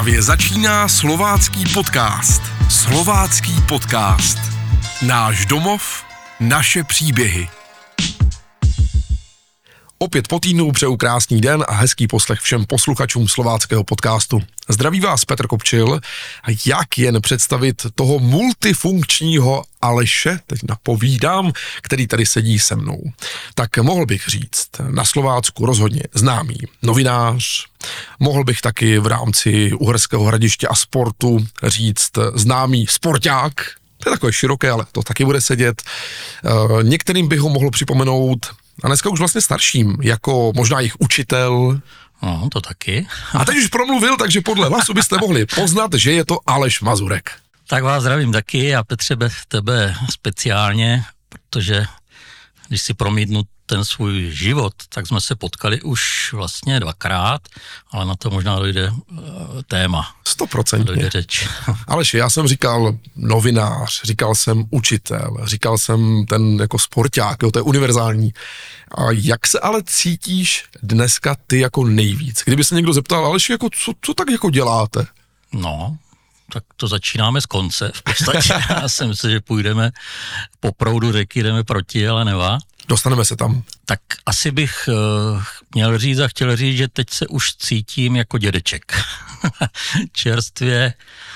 Právě začíná Slovácký podcast. Slovácký podcast. Náš domov, naše příběhy. Opět po týdnu přeju krásný den a hezký poslech všem posluchačům Slováckého podcastu. Zdraví vás Petr Kopčil a jak jen představit toho multifunkčního Aleše, teď napovídám, který tady sedí se mnou. Tak mohl bych říct, na Slovácku rozhodně známý novinář, mohl bych taky v rámci Uherského Hradiště a sportu říct známý sporták, to je takové široké, ale to taky bude sedět. Některým bych ho mohl připomenout, a dneska už vlastně starším, jako možná jejich učitel. No, to taky. A teď už promluvil, takže podle hlasu byste mohli poznat, že je to Aleš Mazurek. Tak vás zdravím taky a Petře, tebe speciálně, protože když si promítnu ten svůj život, tak jsme se potkali už vlastně 2krát, ale na to možná dojde téma. 100%. Dojde řeč. Aleši, já jsem říkal novinář, říkal jsem učitel, říkal jsem ten jako sporták, jo, to je univerzální. A jak se ale cítíš dneska ty jako nejvíc? Kdyby se někdo zeptal, Aleši, jako co tak jako děláte? No, tak to začínáme z konce v podstatě. Já si myslím, že půjdeme po proudu řeky, jdeme proti, ale nevá. Dostaneme se tam. Tak asi bych měl říct a chtěl říct, že teď se už cítím jako dědeček. Čerstvě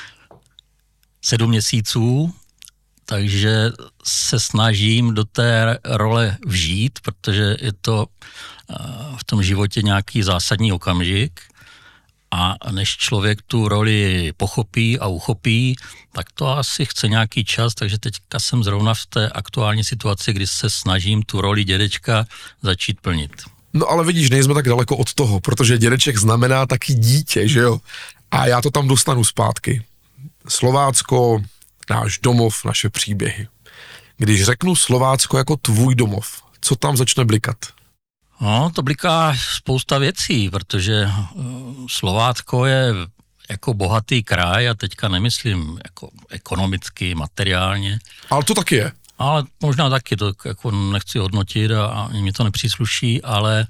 7 měsíců, takže se snažím do té role vžít, protože je to v tom životě nějaký zásadní okamžik. A než člověk tu roli pochopí a uchopí, tak to asi chce nějaký čas, takže teďka jsem zrovna v té aktuální situaci, kdy se snažím tu roli dědečka začít plnit. No ale vidíš, nejsme tak daleko od toho, protože dědeček znamená taky dítě, že jo? A já to tam dostanu zpátky. Slovácko, náš domov, naše příběhy. Když řeknu Slovácko jako tvůj domov, co tam začne blikat? No, to bliká spousta věcí, protože Slovácko je jako bohatý kraj a teďka nemyslím jako ekonomicky, materiálně. Ale to taky je. Ale možná taky, to jako nechci hodnotit a mi to nepřísluší, ale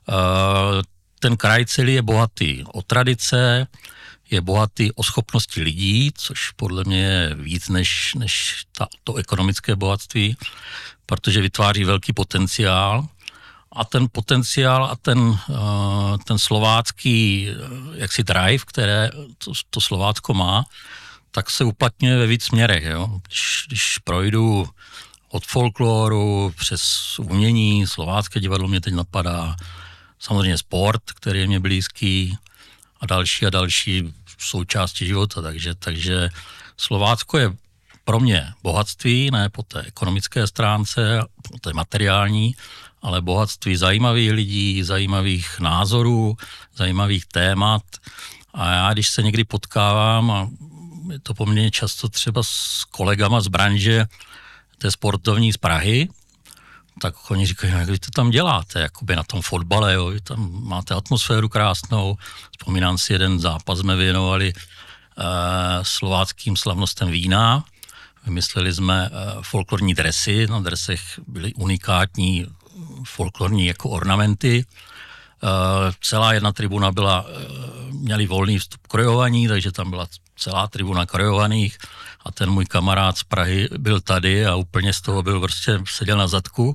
ten kraj celý je bohatý o tradice, je bohatý o schopnosti lidí, což podle mě je víc než to ekonomické bohatství, protože vytváří velký potenciál. A ten potenciál a ten slovácký jaksi drive, které to Slovácko má, tak se uplatňuje ve víc směrech. Jo? Když projdu od folkloru přes umění, slovácké divadlo mě teď napadá, samozřejmě sport, který je mě blízký a další součásti života. Takže Slovácko je pro mě bohatství, ne po té ekonomické stránce, po té materiální, ale bohatství zajímavých lidí, zajímavých názorů, zajímavých témat. A já, když se někdy potkávám, a je to poměrně často třeba s kolegama z branže, té sportovní z Prahy, tak oni říkají, jak vy to tam děláte, jakoby na tom fotbale, jo, vy tam máte atmosféru krásnou. Vzpomínám si, jeden zápas jsme věnovali slováckým slavnostem vína. Vymysleli jsme folklorní dresy, na dresech byly unikátní folklorní jako ornamenty. Celá jedna tribuna měli volný vstup krojovaní, takže tam byla celá tribuna krojovaných a ten můj kamarád z Prahy byl tady a úplně z toho byl prostě seděl na zadku.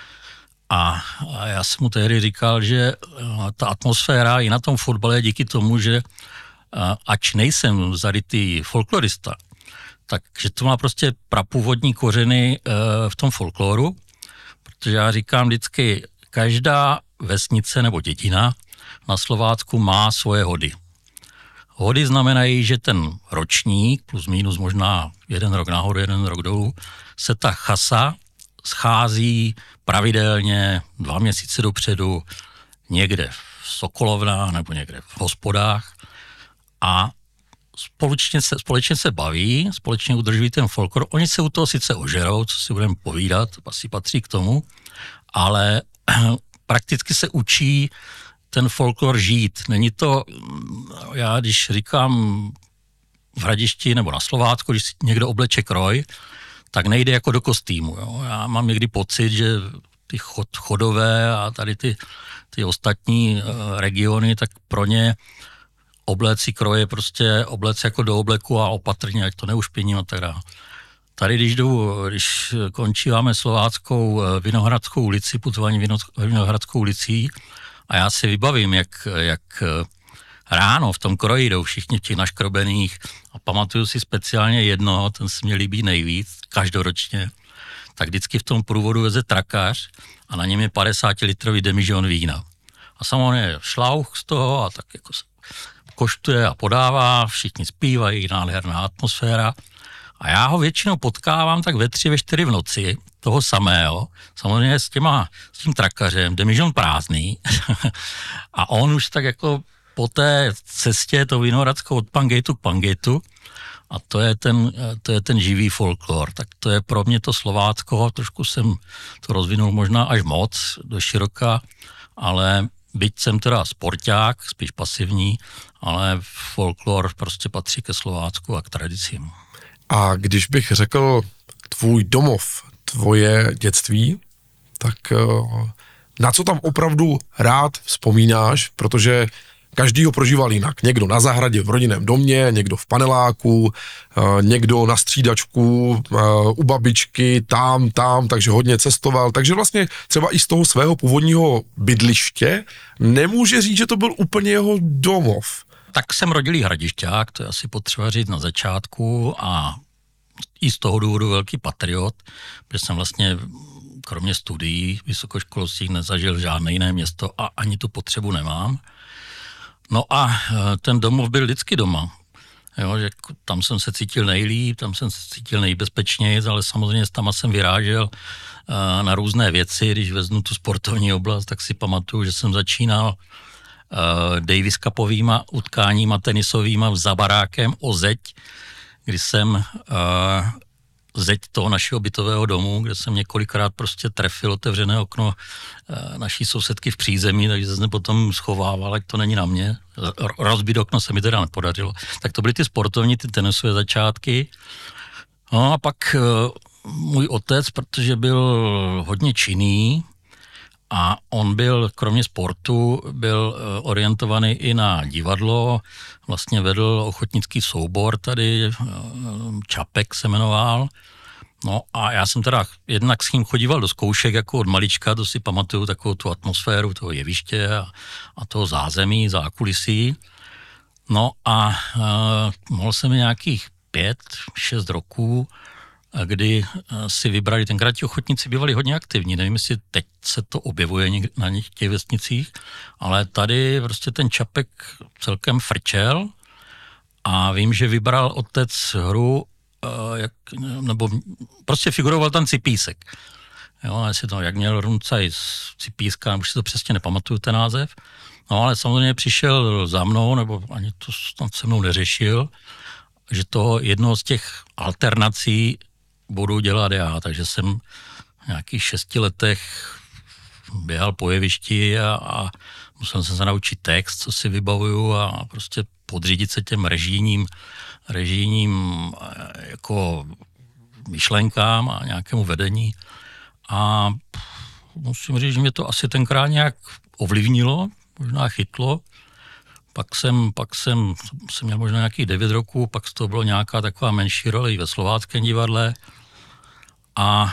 A já jsem mu tehdy říkal, že ta atmosféra i na tom fotbale díky tomu, že ač nejsem zarytý folklorista, takže to má prostě prapůvodní kořeny v tom folkloru, protože já říkám vždycky, každá vesnice nebo dědina na Slovácku má svoje hody. Hody znamenají, že ten ročník, plus minus možná 1 rok nahoru, 1 rok dolů, se ta chasa schází pravidelně 2 měsíce dopředu někde v Sokolovnách nebo někde v hospodách a společně se baví, společně udržují ten folklor. Oni se u toho sice ožerou, co si budeme povídat, asi patří k tomu, ale prakticky se učí ten folklor žít. Není to, já když říkám v Hradišti nebo na Slovácku, když si někdo obleče kroj, tak nejde jako do kostýmu. Jo. Já mám někdy pocit, že ty chodové a tady ty ostatní regiony, tak pro ně obléci kroje, prostě obléci jako do obleku a opatrně, ať to neušpiním a tak dále. Tady, když končíváme Slováckou Vinohradskou ulici, putování Vinohradskou ulicí, a já si vybavím, jak ráno v tom kroji jdou všichni v těch naškrobených a pamatuju si speciálně jednoho, ten se mě líbí nejvíc, každoročně, tak vždycky v tom průvodu veze trakař a na něm je 50-litrový demižon vína. A samozřejmě šlauch z toho a tak jako se koštuje a podává, všichni zpívají, nádherná atmosféra. A já ho většinou potkávám tak ve 3, ve 4 v noci, toho samého, samozřejmě s tím trakařem, demižon prázdný. A on už tak jako po té cestě to Vinohradskou od Pangejtu k Pangejtu, a to je ten živý folklor. Tak to je pro mě to Slovácko, trošku jsem to rozvinul možná až moc, do široka, ale byť jsem teda sporták, spíš pasivní, ale folklor prostě patří ke Slovácku a k tradicím. A když bych řekl tvůj domov, tvoje dětství, tak na co tam opravdu rád vzpomínáš, protože každý ho prožíval jinak. Někdo na zahradě v rodinném domě, někdo v paneláku, někdo na střídačku, u babičky, tam, takže hodně cestoval. Takže vlastně třeba i z toho svého původního bydliště nemůže říct, že to byl úplně jeho domov. Tak jsem rodilý hradišťák, to je asi potřeba říct na začátku, a i z toho důvodu velký patriot, protože jsem vlastně kromě studií vysokoškolských nezažil žádné jiné město a ani tu potřebu nemám. No a ten domov byl vždycky doma. Jo, že tam jsem se cítil nejlíp, tam jsem se cítil nejbezpečněji, ale samozřejmě tam jsem vyrážel na různé věci. Když vezmu tu sportovní oblast, tak si pamatuju, že jsem začínal Davis Cupovýma utkáníma tenisovýma za barákem o zeď, kdy jsem zeď toho našeho bytového domu, kde jsem několikrát prostě trefil otevřené okno naší sousedky v přízemí, takže jsem potom schovával, ať to není na mě. Rozbít okno se mi teda nepodařilo. Tak to byly ty sportovní, ty tenisové začátky. No a pak můj otec, protože byl hodně činný, a on byl, kromě sportu, byl orientovaný i na divadlo, vlastně vedl ochotnický soubor tady, Čapek se jmenoval. No a já jsem teda jednak s ním chodíval do zkoušek jako od malička, to si pamatuju, takovou tu atmosféru toho jeviště a toho zázemí, zákulisí. No a mohl jsem nějakých 5-6 roků, kdy si vybrali, tenkrát ti ochotníci bývali hodně aktivní, nevím, jestli teď se to objevuje na těch vesnicích, ale tady prostě ten Čapek celkem frčel a vím, že vybral otec hru, nebo prostě figuroval tam Cipísek. Jo, jestli to, jak měl Runcaj z Cipíska, už si to přesně nepamatuju ten název, no ale samozřejmě přišel za mnou, nebo ani to snad se mnou neřešil, že to jednoho z těch alternací budu dělat já, takže jsem v nějakých 6 letech běhal po jevišti a musel jsem se naučit text, co si vybavuju, a prostě podřídit se těm režijním jako myšlenkám a nějakému vedení. A musím říct, že mě to asi tenkrát nějak ovlivnilo, možná chytlo. Pak jsem měl možná nějakých 9 roků, pak to bylo nějaká taková menší role i ve Slováckém divadle a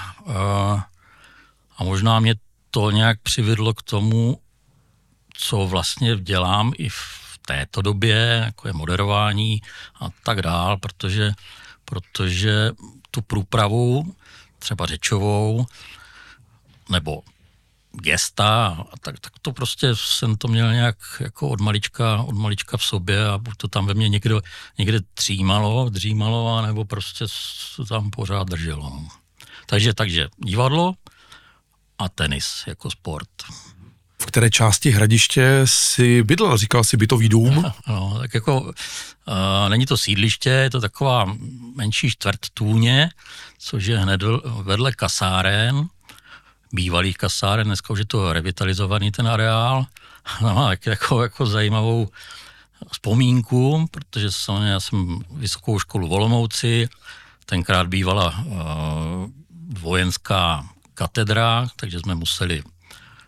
možná mě to nějak přivedlo k tomu, co vlastně dělám i v této době, jako je moderování a tak dál, protože tu průpravu, třeba řečovou, nebo gesta, a tak to prostě jsem to měl nějak jako od malička v sobě a buď to tam ve mně někde dřímalo, nebo prostě se tam pořád drželo. Takže divadlo a tenis jako sport. V které části Hradiště si bydlel? Říkal jsi bytový dům? No, tak jako není to sídliště, je to taková menší čtvrt Tůně, což je hned vedle kasáren, bývalých kasáren, dneska už je to revitalizovaný ten areál. No, jako zajímavou vzpomínku, protože já jsem vysokou školu v Olomouci, tenkrát bývala vojenská katedra, takže jsme museli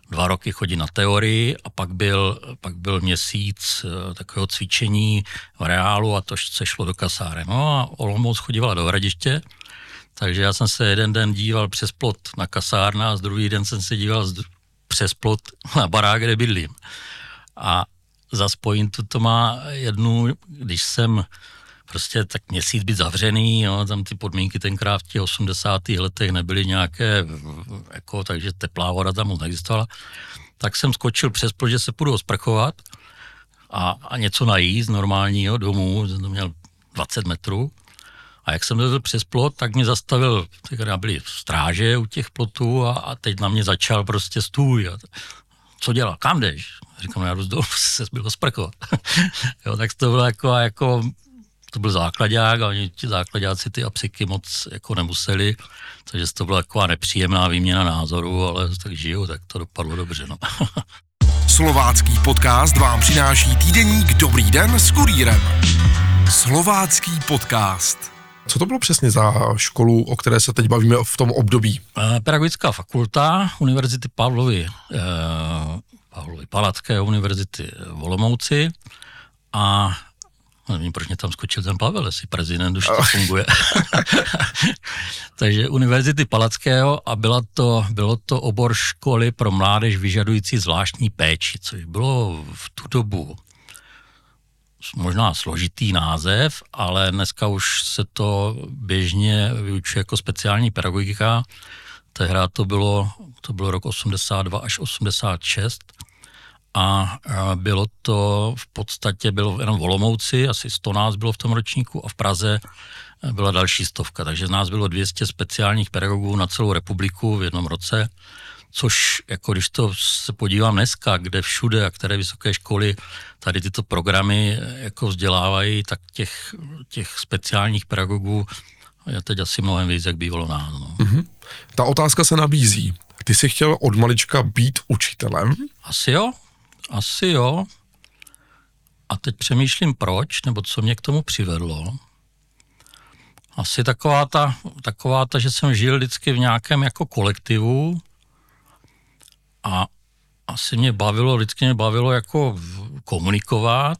2 roky chodit na teorii a pak byl měsíc takového cvičení v reálu a to se šlo do kasáren. No a Olomouc chodívala do Hradiště, takže já jsem se jeden den díval přes plot na kasárna a druhý den jsem se díval přes plot na barák, kde bydlím. A za pointu to má jednu, když jsem prostě tak měsíc být zavřený, jo, tam ty podmínky tenkrát v těch 80. letech nebyly nějaké, jako, takže teplá voda tam moc neexistovala, tak jsem skočil přes plot, že se půjdu osprchovat a něco najíst normálního domů, jsem to měl 20 metrů. A jak jsem byl přes plot, tak mě zastavil, teda byli stráže u těch plotů a teď na mě začal prostě stůj. Co dělá? Kam jdeš? Říkám, já jdu z dolu, se byl osprchovat. Jo, tak to bylo jako to byl základák a oni ti základáci ty apsiky moc jako nemuseli, takže to byla taková nepříjemná výměna názoru, ale tak žiju, tak to dopadlo dobře. No. Slovácký podcast vám přináší týdeník Dobrý den s kurýrem. Slovácký podcast. Co to bylo přesně za školu, o které se teď bavíme v tom období? Pedagogická fakulta Univerzity Pavlovy Palacké univerzity v Olomouci a nevím, proč mě tam skočil ten Pavel, jestli prezident už to funguje. Takže Univerzity Palackého a bylo to obor školy pro mládež vyžadující zvláštní péči, což bylo v tu dobu možná složitý název, ale dneska už se to běžně vyučuje jako speciální pedagogika. Tehdy to bylo rok 82 až 86 a bylo to v podstatě jenom v Olomouci, asi 100 nás bylo v tom ročníku a v Praze byla další 100, takže z nás bylo 200 speciálních pedagogů na celou republiku v jednom roce, což jako když to se podívám dneska, kde všude a které vysoké školy tady tyto programy jako vzdělávají, tak těch speciálních pedagogů je teď asi mnohem víc, jak bývalo nás. No. Mm-hmm. Ta otázka se nabízí. Ty jsi chtěl od malička být učitelem? Asi jo. A teď přemýšlím proč, nebo co mě k tomu přivedlo. Asi taková ta, že jsem žil vždycky v nějakém jako kolektivu a asi vždycky mě bavilo jako komunikovat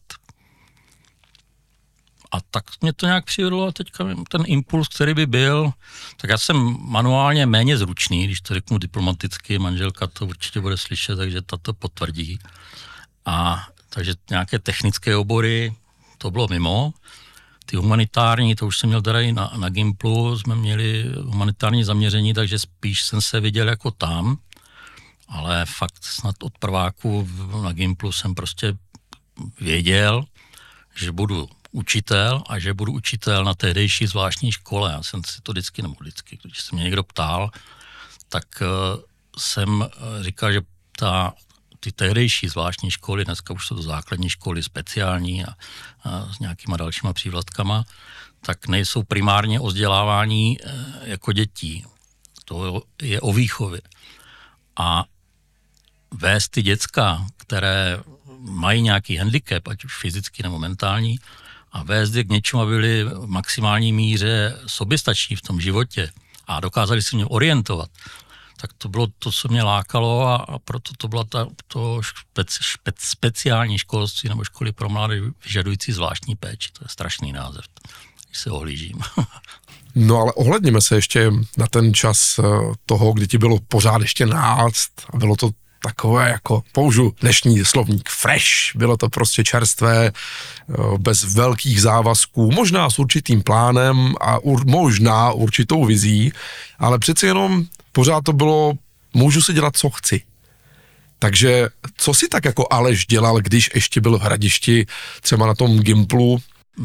a tak mě to nějak přivedlo a teďka ten impuls, který by byl, tak já jsem manuálně méně zručný, když to řeknu diplomaticky, manželka to určitě bude slyšet, takže ta to potvrdí. A takže nějaké technické obory, to bylo mimo. Ty humanitární, to už jsem měl teda i na Gimplu, jsme měli humanitární zaměření, takže spíš jsem se viděl jako tam, ale fakt snad od prváku na Gimplu jsem prostě věděl, že budu učitel a že budu učitel na tehdejší zvláštní škole. Já jsem si to vždycky, když se mě někdo ptal, tak jsem říkal, že ty tehdejší zvláštní školy, dneska už jsou to základní školy speciální a s nějakýma dalšíma přívlastkama, tak nejsou primárně o vzdělávání jako dětí. To je o výchově. A vést ty děcka, které mají nějaký handicap, ať už fyzický nebo mentální, a vést je k něčemu, aby byli v maximální míře soběstační v tom životě a dokázali si mě orientovat, tak to bylo to, co mě lákalo a proto to byla to speciální školství nebo školy pro mládež vyžadující zvláštní péči. To je strašný název, když se ohlížím. No ale ohledněme se ještě na ten čas toho, kdy ti bylo pořád ještě náct a bylo to takové, jako použiju dnešní slovník fresh, bylo to prostě čerstvé, bez velkých závazků, možná s určitým plánem a možná určitou vizí, ale přeci jenom pořád to bylo, můžu si dělat, co chci. Takže co si tak jako Aleš dělal, když ještě byl v Hradišti, třeba na tom Gimplu?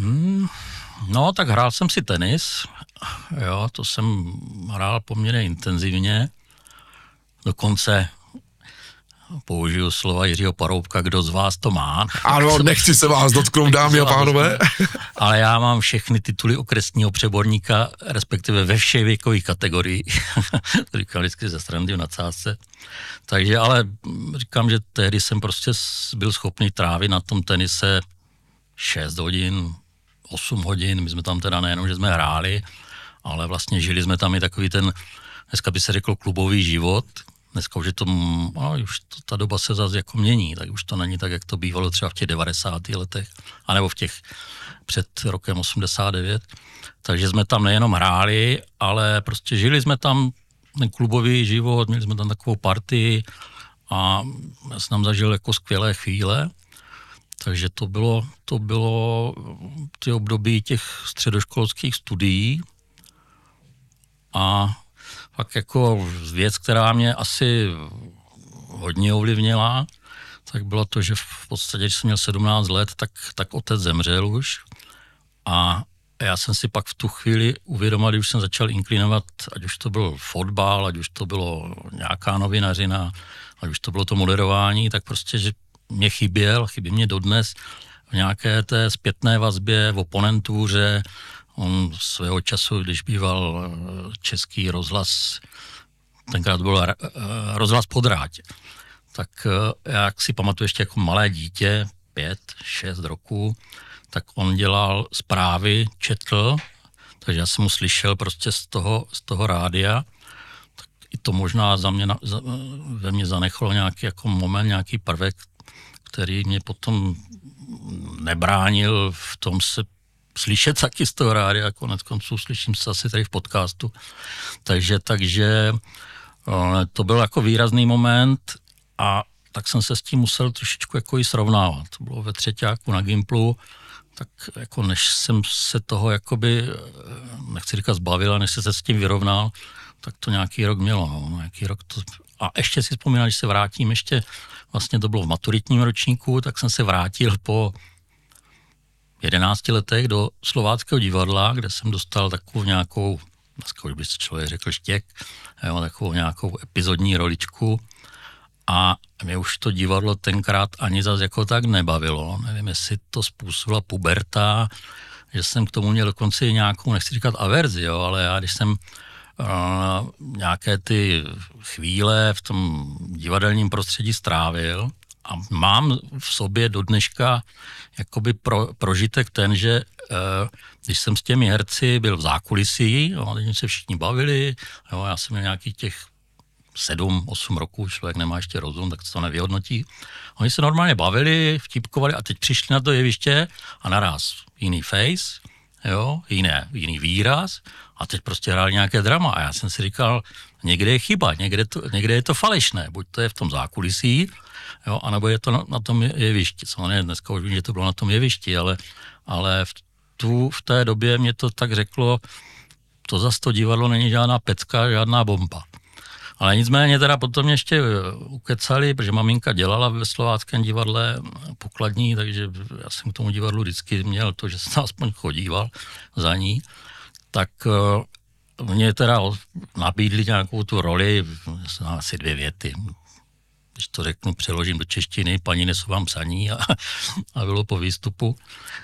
No, tak hrál jsem si tenis, jo, to jsem hrál poměrně intenzivně, dokonce použiju slova Jiřího Paroubka, kdo z vás to má. Ano, nechci se vás dotknout, dámy a pánové. Ale já mám všechny tituly okresního přeborníka, respektive ve všech věkových kategoriích. To říkám vždycky ze srandy v nadsázce. Takže ale říkám, že tehdy jsem prostě byl schopný trávit na tom tenise 6 hodin, 8 hodin. My jsme tam teda nejenom, že jsme hráli, ale vlastně žili jsme tam i takový ten, dneska by se řeklo klubový život, Dneska už je to, ta doba se zase jako mění, tak už to není tak, jak to bývalo třeba v těch 90. letech, anebo v těch před rokem 89. Takže jsme tam nejenom hráli, ale prostě žili jsme tam ten klubový život, měli jsme tam takovou partii a já jsem tam zažil jako skvělé chvíle. Takže to bylo ty období těch středoškolských studií a pak jako věc, která mě asi hodně ovlivnila, tak bylo to, že v podstatě, když jsem měl 17 let, tak otec zemřel už a já jsem si pak v tu chvíli uvědomil, když jsem začal inklinovat, ať už to byl fotbal, ať už to bylo nějaká novinařina, ať už to bylo to moderování, tak prostě, že mě chybí mě dodnes v nějaké té zpětné vazbě v oponentuře. On svého času, když býval Český rozhlas, tenkrát byl rozhlas Podráť, tak jak si pamatuju ještě jako malé dítě, 5-6 roků, tak on dělal zprávy, četl, takže já jsem mu slyšel prostě z toho rádia, tak i to možná ve mně zanechalo nějaký jako moment, nějaký prvek, který mě potom nebránil v tom se slyšet taky z toho rádia, konec konců slyším se asi tady v podcastu. Takže to byl jako výrazný moment a tak jsem se s tím musel trošičku jako i srovnávat. To bylo ve třeťáku na Gimplu, tak jako než jsem se toho jakoby, nechci říkat zbavil, než se s tím vyrovnal, tak to nějaký rok mělo. Nějaký rok to, a ještě si vzpomínám, když se vrátím, ještě vlastně to bylo v maturitním ročníku, tak jsem se vrátil po 11 letech do Slováckého divadla, kde jsem dostal takovou nějakou, dneska už by se člověk řekl štěk, takovou nějakou epizodní roličku a mě už to divadlo tenkrát ani zas jako tak nebavilo. Nevím, jestli to způsobila puberta, že jsem k tomu měl dokonce nějakou, nechci říkat averzi, ale já když jsem nějaké ty chvíle v tom divadelním prostředí strávil a mám v sobě do dneška jakoby prožitek ten, že když jsem s těmi herci byl v zákulisí, teď se všichni bavili, já jsem měl nějakých těch 7-8 roků, člověk nemá ještě rozum, tak se to nevyhodnotí. Oni se normálně bavili, vtipkovali a teď přišli na to jeviště a naraz jiný face, jiný výraz a teď prostě hráli nějaké drama a já jsem si říkal, někde je chyba, někde je to falešné, buď to je v tom zákulisí, anebo je to na tom jevišti. Samozřejmě dneska už vím, že to bylo na tom jevišti, ale v té době mě to tak řeklo, to zas to divadlo není žádná pecka, žádná bomba. Ale nicméně teda potom ještě ukecali, protože maminka dělala ve Slováckém divadle pokladní, takže já jsem k tomu divadlu vždycky měl to, že jsem aspoň chodíval za ní, tak mě teda nabídli nějakou tu roli, asi 2 věty. Když to řeknu, přeložím do češtiny, paní nesu vám psaní a bylo po výstupu.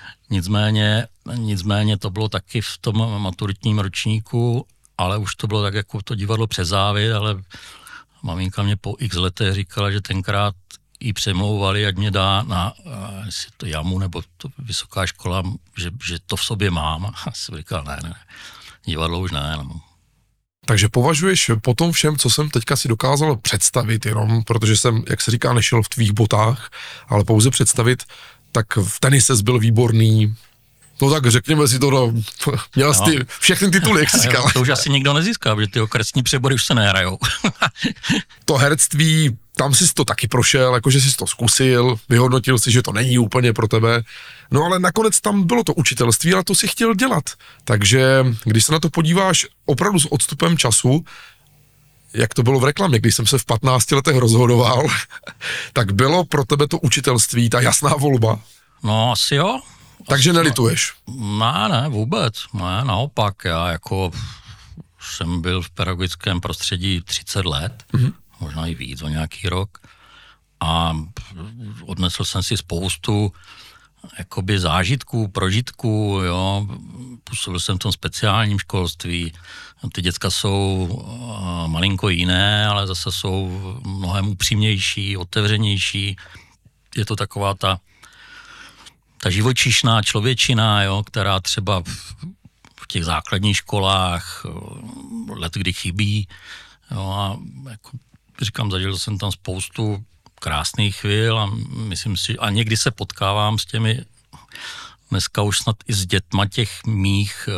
Nicméně to bylo taky v tom maturitním ročníku, ale už to bylo tak jako to divadlo přes závěr, ale maminka mě po x letech říkala, že tenkrát jí přemlouvali, ať mě dá na jestli to jamu nebo to vysoká škola, že to v sobě mám. A jsem říkal, ne, divadlo už ne. No. Takže považuješ po tom všem, co jsem teďka si dokázal představit, jenom protože jsem, jak se říká, nešel v tvých botách, ale pouze představit, tak v tenise jsi byl výborný. No tak řekněme si to, měl jsi ty všechny tituly, jak jsi říkal. To už asi nikdo nezíská, protože ty okresní přebory už se nehrajou. To herectví, tam jsi to taky prošel, jakože jsi to zkusil, vyhodnotil si, že to není úplně pro tebe. No ale nakonec tam bylo to učitelství, ale to si chtěl dělat. Takže když se na to podíváš opravdu s odstupem času, jak to bylo v reklamě, když jsem se v 15 letech rozhodoval, tak bylo pro tebe to učitelství, ta jasná volba. No asi jo. Takže nelituješ? Ne, vůbec. Ne, naopak, já jako jsem byl v pedagogickém prostředí 30 let, možná i víc o nějaký rok a odnesl jsem si spoustu jakoby zážitků, prožitků, působil jsem v tom speciálním školství, ty děcka jsou malinko jiné, ale zase jsou mnohem upřímnější, otevřenější, je to taková ta živočišná člověčina, která třeba v těch základních školách let kdy chybí. A jako říkám, zažil jsem tam spoustu krásných chvil a myslím si, a někdy se potkávám s těmi, dneska už snad i s dětma těch mých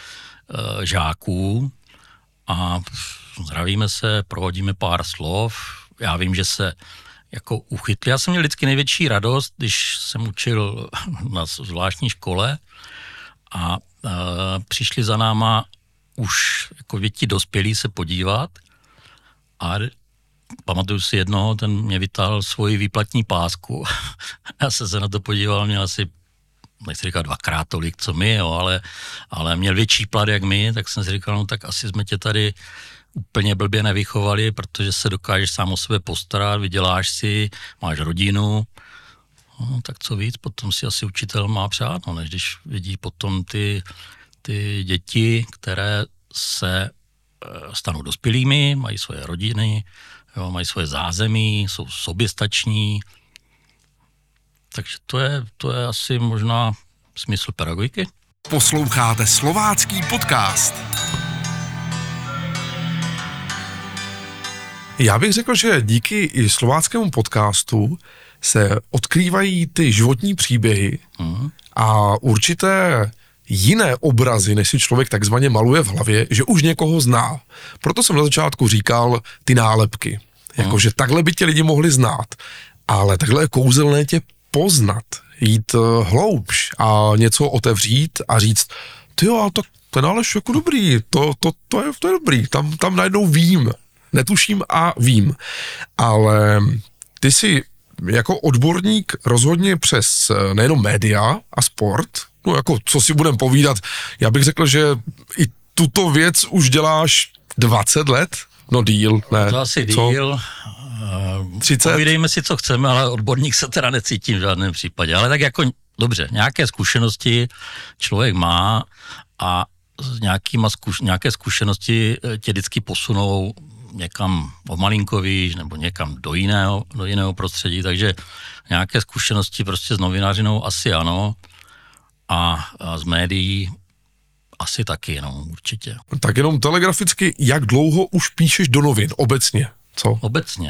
žáků a zdravíme se, prohodíme pár slov. Já vím, že se jako uchytli. Já jsem měl vždycky největší radost, když jsem učil na zvláštní škole a přišli za náma už jako děti dospělí se podívat a pamatuju si jednoho, ten mě vytáhl svoji výplatní pásku. Já jsem se na to podíval, měl asi, nechci říkat 2x tolik, co my, jo, ale měl větší plat jak my, tak jsem si říkal, no tak asi jsme tě tady úplně blbě nevychovali, protože se dokážeš sám o sebe postarat, vyděláš si, máš rodinu, no, tak co víc, potom si asi učitel má přát, no, než když vidí potom ty děti, které se stanou dospělými, mají svoje rodiny, jo, mají svoje zázemí, jsou soběstační. Takže to je asi možná smysl pedagogiky. Posloucháte slovácký podcast. Já bych řekl, že díky i slováckému podcastu se odkrývají ty životní příběhy a určité jiné obrazy, než si člověk takzvaně maluje v hlavě, že už někoho zná. Proto jsem na začátku říkal ty nálepky. Jakože takhle by tě lidi mohli znát, ale takhle je kouzelné tě poznat, jít hloubš a něco otevřít a říct, tyjo, a ten Aleš jako dobrý, to je dobrý, tam najednou vím, netuším a vím. Ale ty si jako odborník rozhodně přes nejenom média a sport, no jako co si budem povídat, já bych řekl, že i tuto věc už děláš 20 let, no díl, ne. To asi díl. 30? Povídejme si, co chceme, ale odborník se teda necítím v žádném případě. Ale tak jako dobře, nějaké zkušenosti člověk má a nějaké zkušenosti tě vždycky posunou někam o malinko výš nebo někam do jiného prostředí, takže nějaké zkušenosti prostě s novinářinou asi ano a z médií asi taky, no, určitě. Tak jenom telegraficky, jak dlouho už píšeš do novin obecně? Co? Obecně?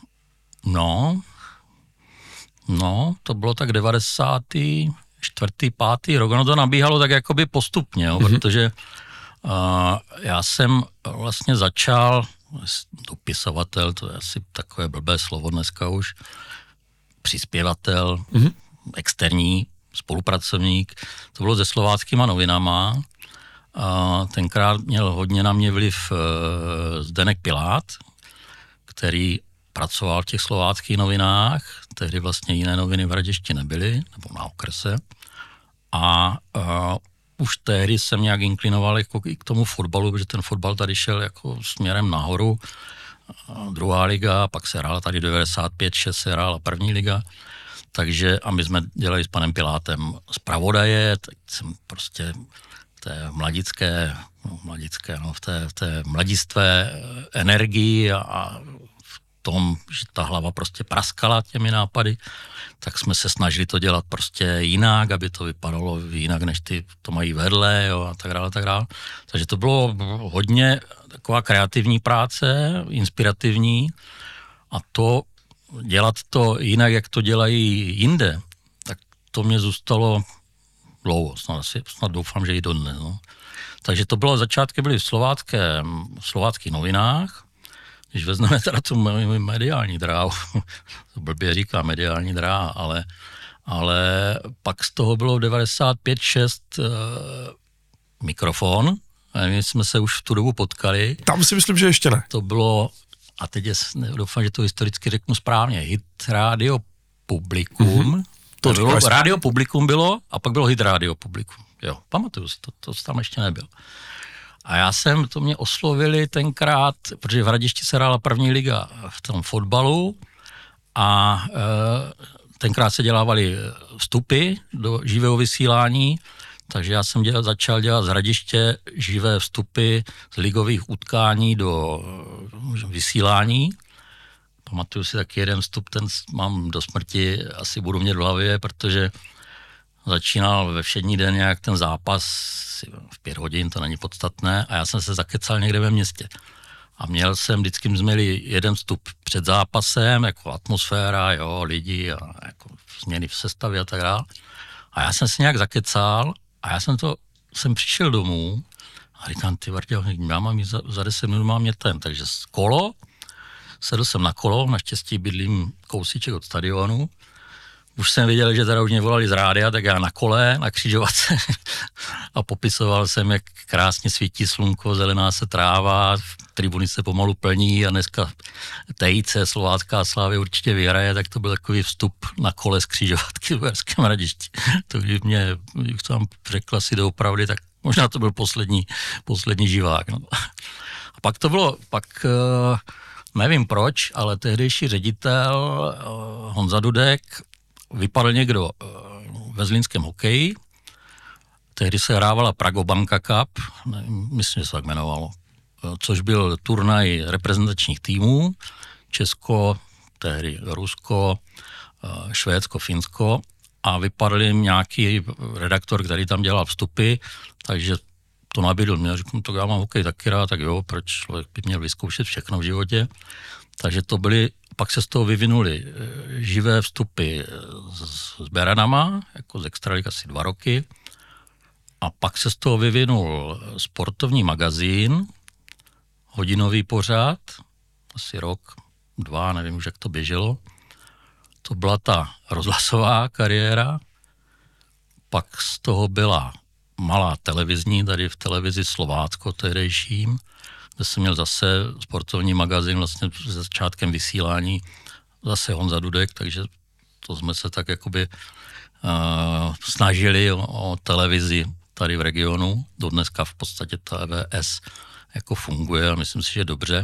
No, to bylo tak 94., 5. rok, no to nabíhalo tak jakoby postupně, jo, protože já jsem vlastně začal, dopisovatel, to je asi takové blbé slovo dneska už, přispěvatel, externí spolupracovník, to bylo se slováckýma novinama. Tenkrát měl hodně na mě vliv Zdeněk Pilát, který pracoval v těch slováckých novinách, tehdy vlastně jiné noviny v Hradišti nebyly, nebo na okrese. A už tehdy jsem nějak inklinoval jako i k tomu fotbalu, protože ten fotbal tady šel jako směrem nahoru. Druhá liga, pak se hrála tady 95-6 se hrála první liga. Takže a my jsme dělali s panem Pilátem zpravodaje, tak jsem prostě v té mladistvé energii a v tom, že ta hlava prostě praskala těmi nápady, tak jsme se snažili to dělat prostě jinak, aby to vypadalo jinak, než ty to mají vedle, jo, a tak dále. Takže to bylo hodně taková kreativní práce, inspirativní a to dělat to jinak, jak to dělají jinde, tak to mě zůstalo dlouho, snad doufám, že i dodnes. No. Takže to bylo, začátky byly v slováckých novinách, když vezmeme teda tu mediální dráhu, to blbě říká mediální dráha, ale pak z toho bylo v 95-6 mikrofon, a my jsme se už v tu dobu potkali. Tam si myslím, že ještě ne. To bylo, a teď doufám, že to historicky řeknu správně, Hit Radio Publikum. To bylo, Radio Publikum bylo a pak bylo Hit Radio Publikum. Jo, pamatuju si, to tam ještě nebyl. A to mě oslovili tenkrát, protože v Hradišti se hrála první liga v tom fotbalu a tenkrát se dělávaly vstupy do živého vysílání, takže já jsem začal dělat z Hradiště živé vstupy z ligových utkání do vysílání. Pamatuju si taky jeden vstup, ten mám do smrti, asi budu mít v hlavě, protože začínal ve všední den nějak ten zápas v 5 hodin, to není podstatné, a já jsem se zakecal někde ve městě. A vždycky jsme měli jeden vstup před zápasem, jako atmosféra, jo, lidi a jako změny v sestavě a tak dále. A já jsem si nějak zakecal a já jsem přišel domů a říkám, ty Varďo, já mám za 10 minut mám mě takže sedl jsem na kolo, naštěstí bydlím kousíček od stadionu. Už jsem věděl, že teda už mě volali z rádia, tak já na kole, na křižovatce a popisoval jsem, jak krásně svítí slunko, zelená se tráva, tribuny se pomalu plní a dneska TIC, Slovácká Slávy určitě vyhraje, tak to byl takový vstup na kole z křižovatky v Uherském Hradišti. To když mě tam řekl asi doopravdy, tak možná to byl poslední živák. No. A pak nevím proč, ale tehdejší ředitel Honza Dudek vypadl někdo ve zlínském hokeji. Tehdy se hrávala Pragobanka Cup, myslím, že se tak jmenovalo, což byl turnaj reprezentačních týmů. Česko, tehdy Rusko, Švédsko, Finsko a vypadl jim nějaký redaktor, který tam dělal vstupy, takže to nabídl mě. Říkám, to já mám hokej taky rád, tak jo, proč člověk by měl vyzkoušet všechno v životě. Takže to byly, pak se z toho vyvinuly živé vstupy s Beranama, jako z extraligy asi 2 roky. A pak se z toho vyvinul sportovní magazín, hodinový pořad, asi rok, 2, nevím už, jak to běželo. To byla ta rozhlasová kariéra. Pak z toho byla malá televizní, tady v televizi Slovácko tehdejším, kde jsem měl zase sportovní magazín vlastně se začátkem vysílání, zase Honza Dudek, takže to jsme se tak jakoby snažili o televizi tady v regionu. Dodneska v podstatě TVS jako funguje a myslím si, že dobře.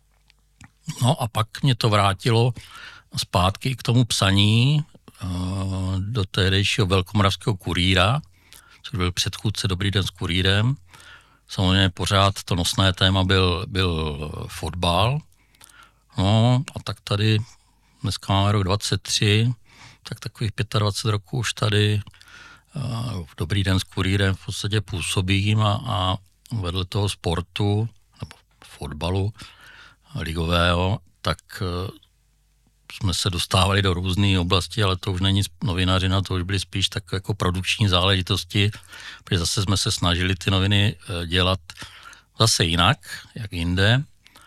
No a pak mě to vrátilo zpátky k tomu psaní do tehdejšího Velkomoravského kurýra, což byl předchůdce Dobrý den s kurýrem. Samozřejmě pořád to nosné téma byl fotbal. No a tak tady dneska máme rok 23, tak takových 25 roků už tady v Dobrý den s kurýrem v podstatě působím a vedle toho sportu, nebo fotbalu ligového, tak jsme se dostávali do různých oblastí, ale to už není novinařina, to už byly spíš tak jako produkční záležitosti, protože zase jsme se snažili ty noviny dělat zase jinak, jak jinde.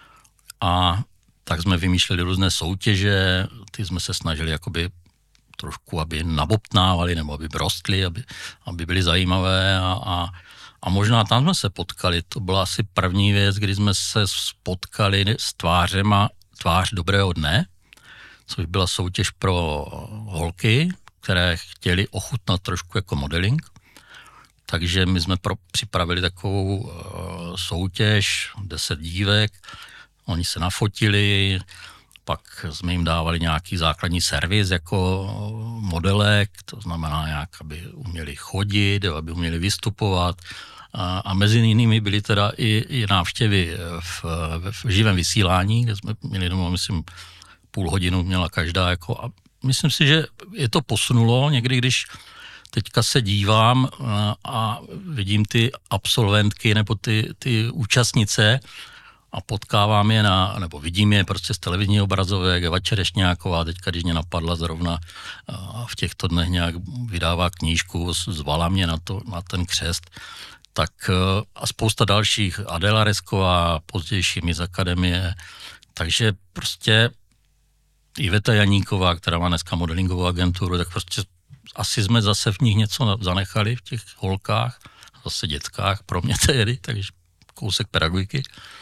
A tak jsme vymýšleli různé soutěže, ty jsme se snažili jakoby trošku, aby nabobtnávali, nebo aby rostly, aby byly zajímavé a možná tam jsme se potkali. To byla asi první věc, kdy jsme se spotkali s Tvář dobrého dne, což byla soutěž pro holky, které chtěli ochutnat trošku jako modeling. Takže my jsme připravili takovou soutěž, 10 dívek, oni se nafotili, pak jsme jim dávali nějaký základní servis jako modelek, to znamená nějak, aby uměli chodit, aby uměli vystupovat. A mezi jinými byly teda i návštěvy v živém vysílání, kde jsme měli domů, myslím, půl hodinu měla každá. Jako, a myslím si, že je to posunulo. Někdy, když teďka se dívám a vidím ty absolventky nebo ty účastnice a potkávám je nebo vidím je prostě z televizního obrazovek, Eva Čerešňáková, teďka, když mě napadla zrovna v těchto dnech nějak vydává knížku, zvala mě na ten křest, tak a spousta dalších, Adela Resková, pozdější Miss Akademie, takže prostě Iveta Janíková, která má dneska modelingovou agenturu, tak prostě asi jsme zase v nich něco zanechali v těch holkách, zase dětskách, pro mě tedy, takže kousek pedagogiky.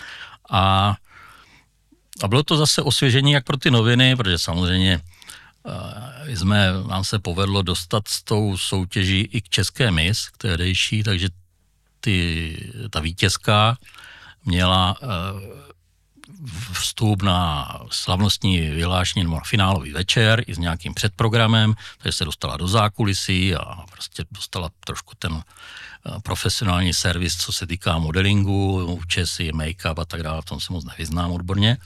A bylo to zase osvěžení jak pro ty noviny, protože samozřejmě nám se povedlo dostat s tou soutěží i k české Miss, k tehdejší, takže ta vítězka měla vstup na slavnostní vyhlášení nebo finálový večer i s nějakým předprogramem, takže se dostala do zákulisí a prostě dostala trošku ten profesionální servis, co se týká modelingu, uče si make-up a tak dále, v tom se moc nevyznám odborně.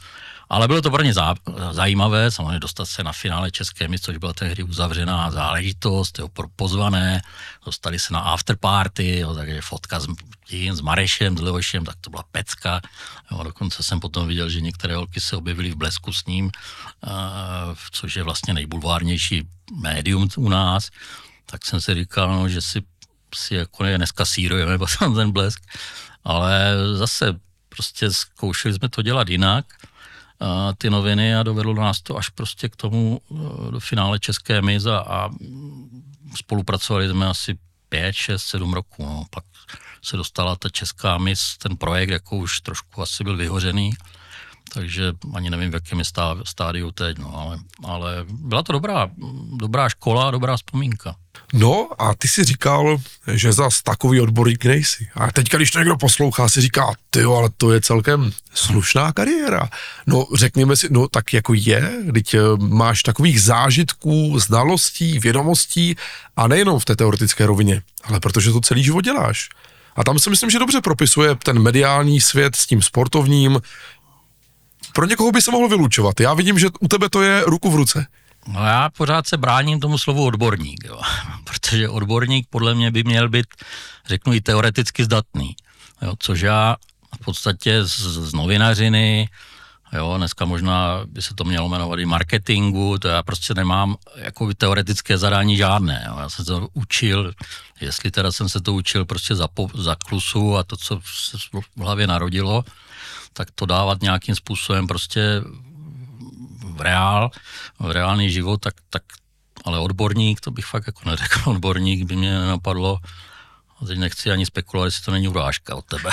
Ale bylo to pro ně zajímavé, samozřejmě dostat se na finále České miss, což byla tehdy uzavřená záležitost, jo, pozvané, dostali se na afterparty, jo, takže fotka s Marešem, s Leošem, tak to byla pecka. Jo, dokonce jsem potom viděl, že některé holky se objevily v Blesku s ním, což je vlastně nejbulvárnější médium u nás. Tak jsem si říkal, no, že si jako neskasírujeme ten Blesk, ale zase prostě zkoušeli jsme to dělat jinak, ty noviny, a dovedlo nás to až prostě k tomu do finále České miss a spolupracovali jsme asi 5, 6, 7 roků. No. Pak se dostala ta Česká miss, ten projekt jako už trošku asi byl vyhořený, takže ani nevím, v jakém je stádiu teď, no, ale byla to dobrá škola, dobrá vzpomínka. No a ty si říkal, že zas takový odborník nejsi. A teďka, když to někdo poslouchá, si říká, tyjo, ale to je celkem slušná kariéra. No řekněme si, no tak jako je, teď máš takových zážitků, znalostí, vědomostí a nejenom v té teoretické rovině, ale protože to celý život děláš. A tam si myslím, že dobře propisuje ten mediální svět s tím sportovním. Pro někoho by se mohlo vylučovat. Já vidím, že u tebe to je ruku v ruce. No já pořád se bráním tomu slovu odborník, jo. Protože odborník podle mě by měl být, řeknu, i teoreticky zdatný, jo. Což já v podstatě z novinařiny, jo, dneska možná by se to mělo jmenovat i marketingu, to já prostě nemám jako teoretické zadání žádné, jo. Já jsem se to učil, jestli teda jsem se to učil prostě za klusu a to, co se v hlavě narodilo, tak to dávat nějakým způsobem prostě v reálný život, tak ale odborník, to bych fakt jako neřekl, odborník by mě nenapadlo. A teď nechci ani spekulovat, jestli to není urážka od tebe.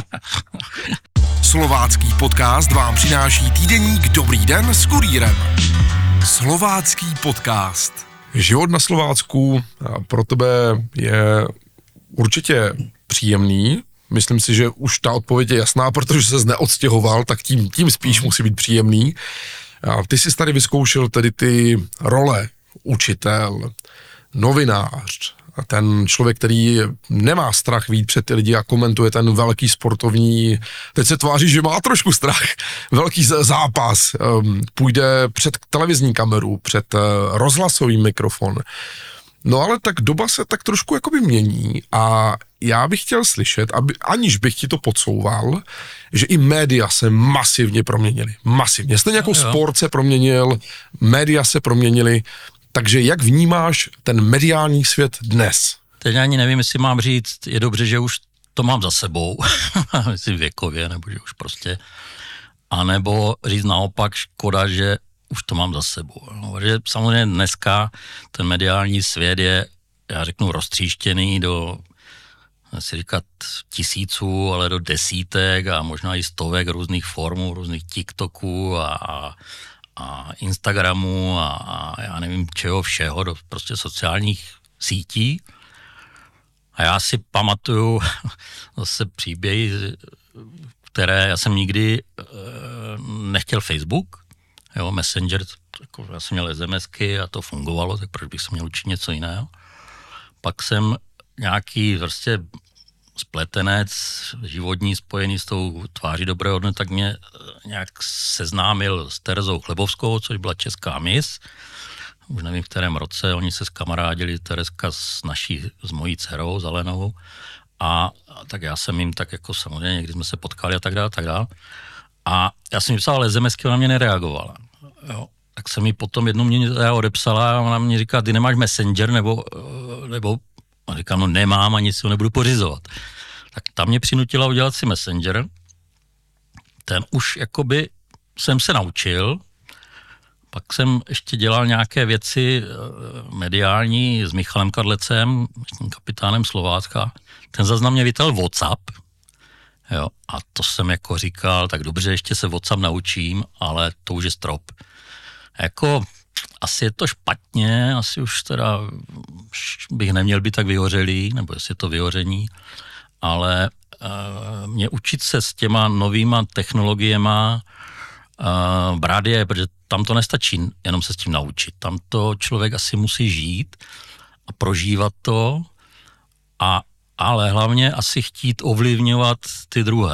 Slovácký podcast vám přináší týdeník Dobrý den s kurýrem. Slovácký podcast. Život na Slovácku pro tebe je určitě příjemný. Myslím si, že už ta odpověď je jasná, protože se neodstěhoval, tak tím spíš musí být příjemný. Ty jsi tady vyzkoušel tedy ty role, učitel, novinář, ten člověk, který nemá strach vyjít před ty lidi a komentuje ten velký sportovní, teď se tváří, že má trošku strach, velký zápas, půjde před televizní kameru, před rozhlasový mikrofon. No ale tak doba se tak trošku jakoby mění a já bych chtěl slyšet, aniž bych ti to podsouval, že i média se masivně proměnily. Masivně. Stejně jako sport se proměnil, média se proměnily. Takže jak vnímáš ten mediální svět dnes? Teď ani nevím, jestli mám říct, je dobře, že už to mám za sebou, jestli věkově, nebo že už prostě, anebo říct naopak, škoda, že už to mám za sebou. No, že samozřejmě dneska ten mediální svět je, já řeknu, roztříštěný do, nechci říkat tisíců, ale do desítek a možná i stovek různých formů, různých TikToků a Instagramu a já nevím čeho všeho, do prostě sociálních sítí. A já si pamatuju zase příběhy, které já jsem nikdy nechtěl Facebook, jo, Messenger, jako já jsem měl SMSky a to fungovalo, tak proč bych se měl učit něco jiného. Pak jsem nějaký prostě spletenec životní spojený s tou tváří dobrého dne, tak mě nějak seznámil s Terezou Chlebovskou, což byla Česká miss. Už nevím, v kterém roce, oni se skamarádili, Terezka s mojí dcerou, Zelenou. A tak já jsem jim tak jako samozřejmě, někdy jsme se potkali a tak dále. A já jsem jim psal SMSky, ona mě nereagovala. Jo. Tak jsem jí potom jednou mě odepsala a ona mě říká, ty nemáš Messenger, nebo a říkám, no nemám, ani si ho nebudu pořizovat. Tak tam mě přinutila udělat si Messenger. Ten už jakoby jsem se naučil. Pak jsem ještě dělal nějaké věci mediální s Michalem Kadlecem, kapitánem Slovácka. Ten zase na mě vytal WhatsApp. Jo, a to jsem jako říkal, tak dobře, ještě se WhatsApp naučím, ale to už je strop. Jako asi je to špatně, asi už teda bych neměl být tak vyhořelý, nebo jestli je to vyhoření, ale mě učit se s těma novýma technologiema brát je, protože tam to nestačí jenom se s tím naučit. Tam to člověk asi musí žít a prožívat to, ale hlavně asi chtít ovlivňovat ty druhé.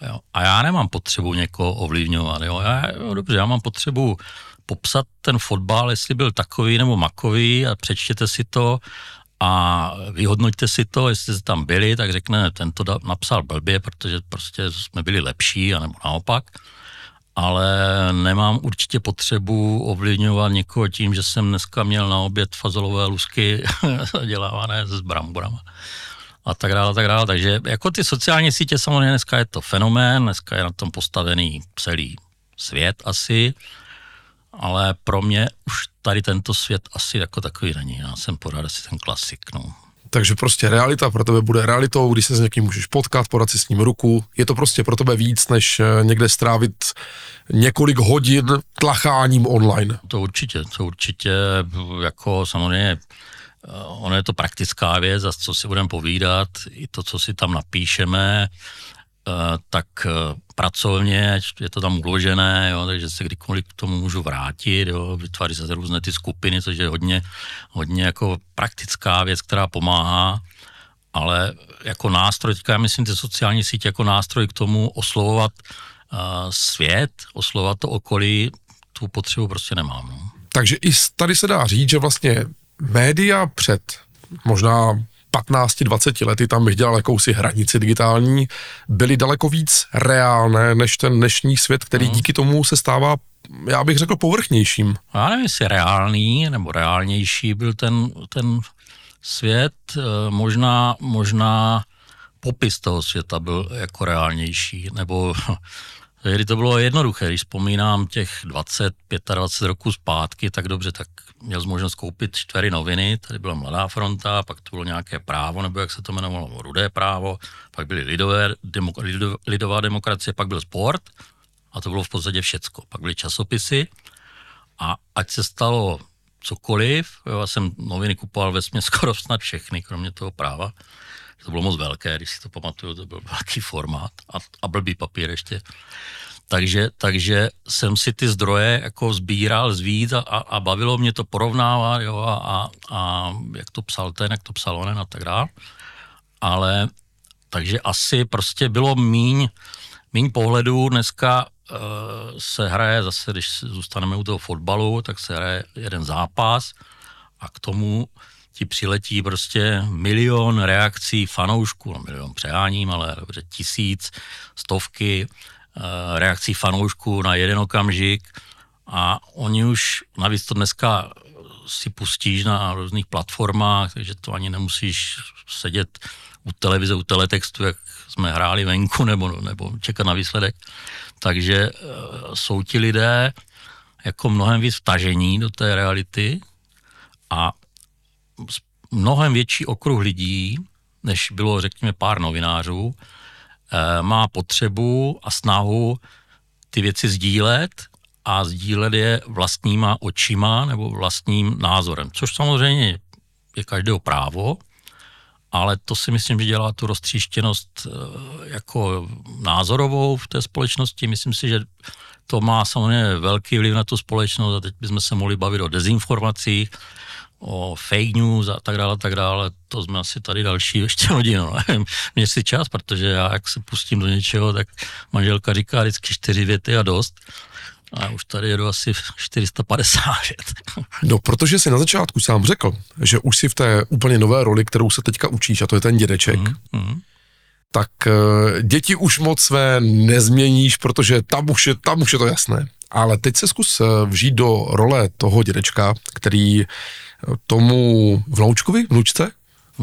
Jo. A já nemám potřebu někoho ovlivňovat. Jo. Dobře, já mám potřebu popsat ten fotbal, jestli byl takový nebo makový a přečtěte si to a vyhodnoťte si to, jestli jste tam byli, tak řekne, ten to napsal blbě, protože prostě jsme byli lepší, anebo naopak. Ale nemám určitě potřebu ovlivňovat někoho tím, že jsem dneska měl na oběd fazolové lusky dělávané s bramborama a tak dále. Takže jako ty sociální sítě samozřejmě dneska je to fenomén, dneska je na tom postavený celý svět asi, ale pro mě už tady tento svět asi jako takový není. Já jsem pořád asi ten klasik, no. Takže prostě realita pro tebe bude realitou, když se s někým můžeš potkat, podat si s ním ruku. Je to prostě pro tebe víc, než někde strávit několik hodin tlacháním online. To určitě, jako samozřejmě, ono je to praktická věc, a co si budeme povídat, i to, co si tam napíšeme, tak pracovně je to tam uložené, jo, takže se kdykoliv k tomu můžu vrátit, jo, vytváří se různé ty skupiny, což je hodně jako praktická věc, která pomáhá, ale jako nástroj, já myslím ty sociální sítě jako nástroj k tomu oslovovat svět, oslovovat to okolí, tu potřebu prostě nemám. No. Takže i tady se dá říct, že vlastně média před možná 15-20 lety, tam bych dělal jakousi hranici digitální, byly daleko víc reálné než ten dnešní svět, který díky tomu se stává, já bych řekl, povrchnějším. Já nevím, jestli reálný nebo reálnější byl ten svět, možná popis toho světa byl jako reálnější, nebo kdy to bylo jednoduché, když vzpomínám těch 25 roků zpátky, tak dobře, tak měl možnost koupit 4 noviny, tady byla Mladá fronta, pak to bylo nějaké Právo, nebo jak se to jmenovalo, Rudé právo, pak byly Lidová demokracie, pak byl Sport a to bylo v podstatě všecko. Pak byly časopisy a ať se stalo cokoliv, já jsem noviny kupoval vesměs skoro snad všechny, kromě toho Práva. To bylo moc velké, když si to pamatuju, to byl velký formát a blbý papír ještě. Takže jsem si ty zdroje jako sbíral zvíc a bavilo mě to porovnávat, jo, a jak to psal ten, jak to psal onen a tak dále. Ale takže asi prostě bylo míň pohledů. Dneska se hraje zase, když zůstaneme u toho fotbalu, tak se hraje jeden zápas a k tomu ti přiletí prostě milion reakcí fanoušků, no milion přeháním, ale dobře 1000, stovky reakcí fanoušků na jeden okamžik a oni už, navíc to dneska si pustíš na různých platformách, takže to ani nemusíš sedět u televize, u teletextu, jak jsme hráli venku, nebo čekat na výsledek. Takže jsou ti lidé jako mnohem víc vtažení do té reality a mnohem větší okruh lidí, než bylo, řekněme, pár novinářů, má potřebu a snahu ty věci sdílet a sdílet je vlastníma očima nebo vlastním názorem, což samozřejmě je každého právo, ale to si myslím, že dělá tu roztříštěnost jako názorovou v té společnosti. Myslím si, že to má samozřejmě velký vliv na tu společnost a teď bychom se mohli bavit o dezinformacích, o fake news a tak dále, to jsme asi tady další ještě hodinu, nevím, mě si čas, protože já jak se pustím do něčeho, tak manželka říká vždycky 4 věty a dost a už tady jedu asi 450 vět. No, protože jsi na začátku sám řekl, že už si v té úplně nové roli, kterou se teďka učíš, a to je ten dědeček, tak děti už moc své nezměníš, protože tam už je to jasné. Ale teď se zkus vžít do role toho dědečka, který tomu vnoučce?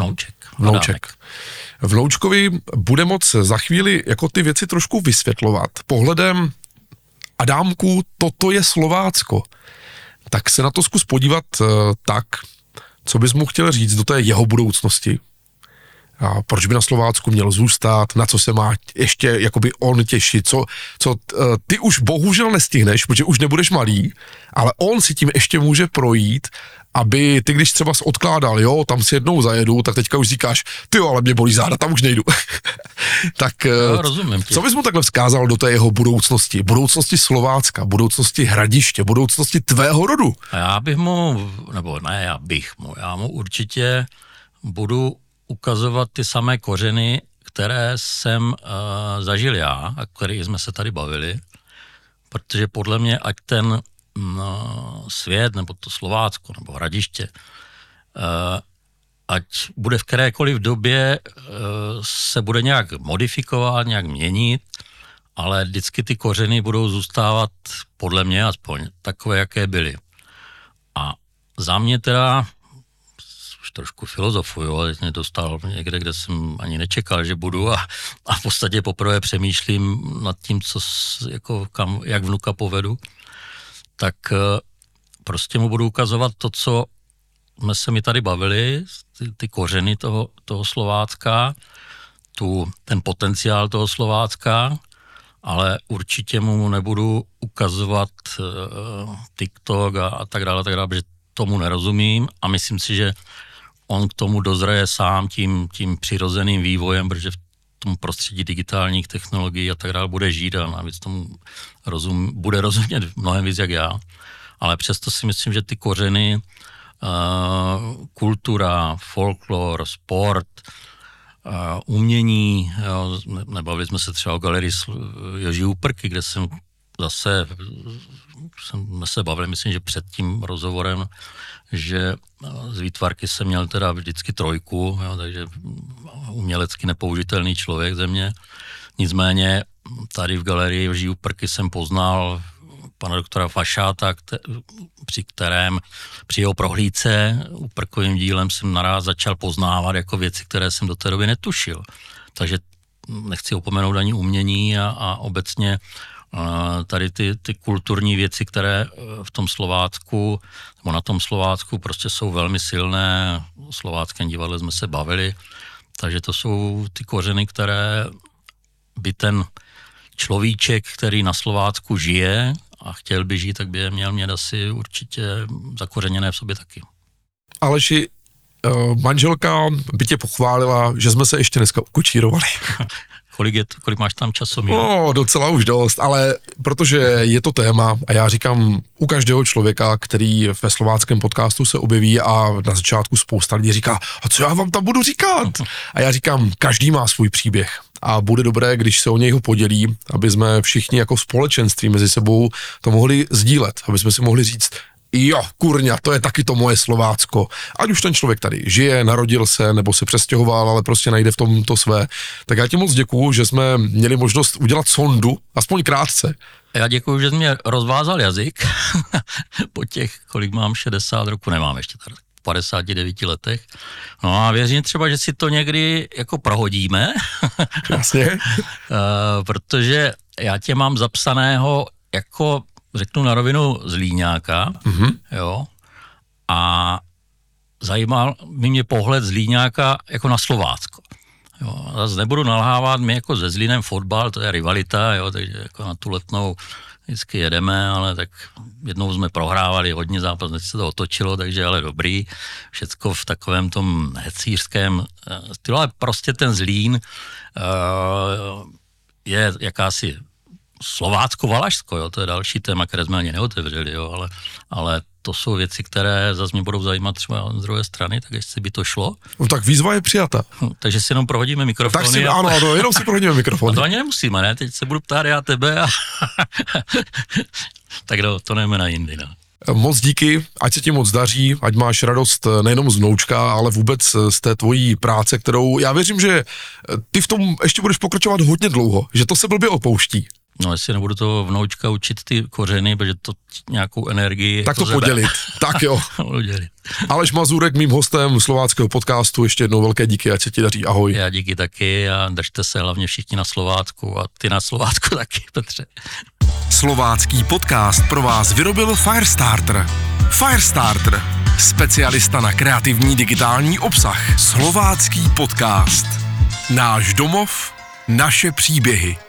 Vnoučkovi bude moc za chvíli jako ty věci trošku vysvětlovat. Pohledem Adámku, toto je Slovácko. Tak se na to zkus podívat tak, co bys mu chtěl říct do té jeho budoucnosti. A proč by na Slovácku měl zůstat, na co se má ještě jakoby on těšit, co ty už bohužel nestihneš, protože už nebudeš malý, ale on si tím ještě může projít, aby ty, když třeba odkládal, jo, tam si jednou zajedu, tak teďka už říkáš, ty jo, ale mě bolí záda, tam už nejdu. Tak rozumím, co bys mu takhle vzkázal do té jeho budoucnosti Slovácka, budoucnosti Hradiště, budoucnosti tvého rodu? A já mu určitě budu ukazovat ty samé kořeny, které jsem zažil já a který jsme se tady bavili, protože podle mě, ať ten svět, nebo to Slovácko, nebo Hradiště, ať bude v kterékoliv době, se bude nějak modifikovat, nějak měnit, ale vždycky ty kořeny budou zůstávat, podle mě aspoň, takové, jaké byly. A za mě teda, už trošku filozofuju, ale mě dostal někde, kde jsem ani nečekal, že budu a v podstatě poprvé přemýšlím nad tím, jak vnuka povedu, tak prostě mu budu ukazovat to, co jsme se mi tady bavili, ty kořeny toho Slovácka, ten potenciál toho Slovácka, ale určitě mu nebudu ukazovat TikTok a tak dále, protože tomu nerozumím a myslím si, že on k tomu dozraje sám tím přirozeným vývojem, protože v tom prostředí digitálních technologií a tak dále bude žít a navíc tomu bude rozumět mnohem víc jak já. Ale přesto si myslím, že ty kořeny, kultura, folklor, sport, umění, nebavili jsme se třeba o galerii Joží Úprky, kde jsme se bavili, myslím, že před tím rozhovorem, že z výtvarky jsem měl teda vždycky 3, takže umělecky nepoužitelný člověk ze mě. Nicméně tady v galerii Joží Úprky jsem poznal pana doktora Fašáta, při jeho prohlídce úprkovým dílem jsem naraz začal poznávat jako věci, které jsem do té doby netušil. Takže nechci opomenout ani umění a obecně tady ty kulturní věci, které v tom Slovácku, nebo na tom Slovácku prostě jsou velmi silné. O Slováckém divadle jsme se bavili, takže to jsou ty kořeny, které by ten človíček, který na Slovácku žije a chtěl by žít, tak by je měl mít asi určitě zakořeněné v sobě taky. Aleši, manželka by tě pochválila, že jsme se ještě dneska ukočírovali. Kolik máš tam času? No, docela už dost, ale protože je to téma a já říkám u každého člověka, který ve slováckém podcastu se objeví a na začátku spousta lidí říká, a co já vám tam budu říkat? A já říkám, každý má svůj příběh a bude dobré, když se o něj podělí, aby jsme všichni jako společenství mezi sebou to mohli sdílet, aby jsme si mohli říct, jo, kurňa, to je taky to moje Slovácko. Ať už ten člověk tady žije, narodil se, nebo se přestěhoval, ale prostě najde v tom to své. Tak já ti moc děkuju, že jsme měli možnost udělat sondu, aspoň krátce. Já děkuju, že jsi mě rozvázal jazyk po těch, kolik mám, 60 roku, nemám ještě tady, 59 letech. No a věřím třeba, že si to někdy jako prohodíme. Jasně. Protože já tě mám zapsaného jako, řeknu na rovinu, Zlíňáka, jo, a zajímal by mě pohled Zlíňáka jako na Slovácko. Jo, zase nebudu nalhávat, my jako se Zlínem fotbal, to je rivalita, jo, takže jako na tu Letnou vždycky jedeme, ale tak jednou jsme prohrávali hodně zápas, teď se to otočilo, takže ale dobrý, všecko v takovém tom hecířském stylu, ale prostě ten Zlín je jakási Slovácko-Valašsko, jo, to je další téma, které jsme ani neotevřeli, jo, ale to jsou věci, které zase mě budou zajímat třeba z druhé strany, tak jestli by to šlo. No tak výzva je přijata. Takže si jenom prohodíme mikrofony. Tak si, ano, jenom si prohodíme mikrofony. A to ani nemusíme, ne? Teď se budu ptát já tebe a tak to nejme na jindy, no. Moc díky, ať se ti moc daří, ať máš radost nejenom z vnoučka, ale vůbec z té tvojí práce, kterou já věřím, že ty v tom ještě budeš pokračovat hodně dlouho, že to se blbě opouští. No, jestli nebudu toho vnoučka učit ty kořeny, protože to nějakou energii... Tak to podělit, tak jo. Aleš Mazurek, mým hostem slováckého podcastu, ještě jednou velké díky, ať se ti daří, ahoj. Já díky taky a držte se hlavně všichni na Slovácku a ty na Slovácku taky, Petře. Slovácký podcast pro vás vyrobil Firestarter. Firestarter, specialista na kreativní digitální obsah. Slovácký podcast. Náš domov, naše příběhy.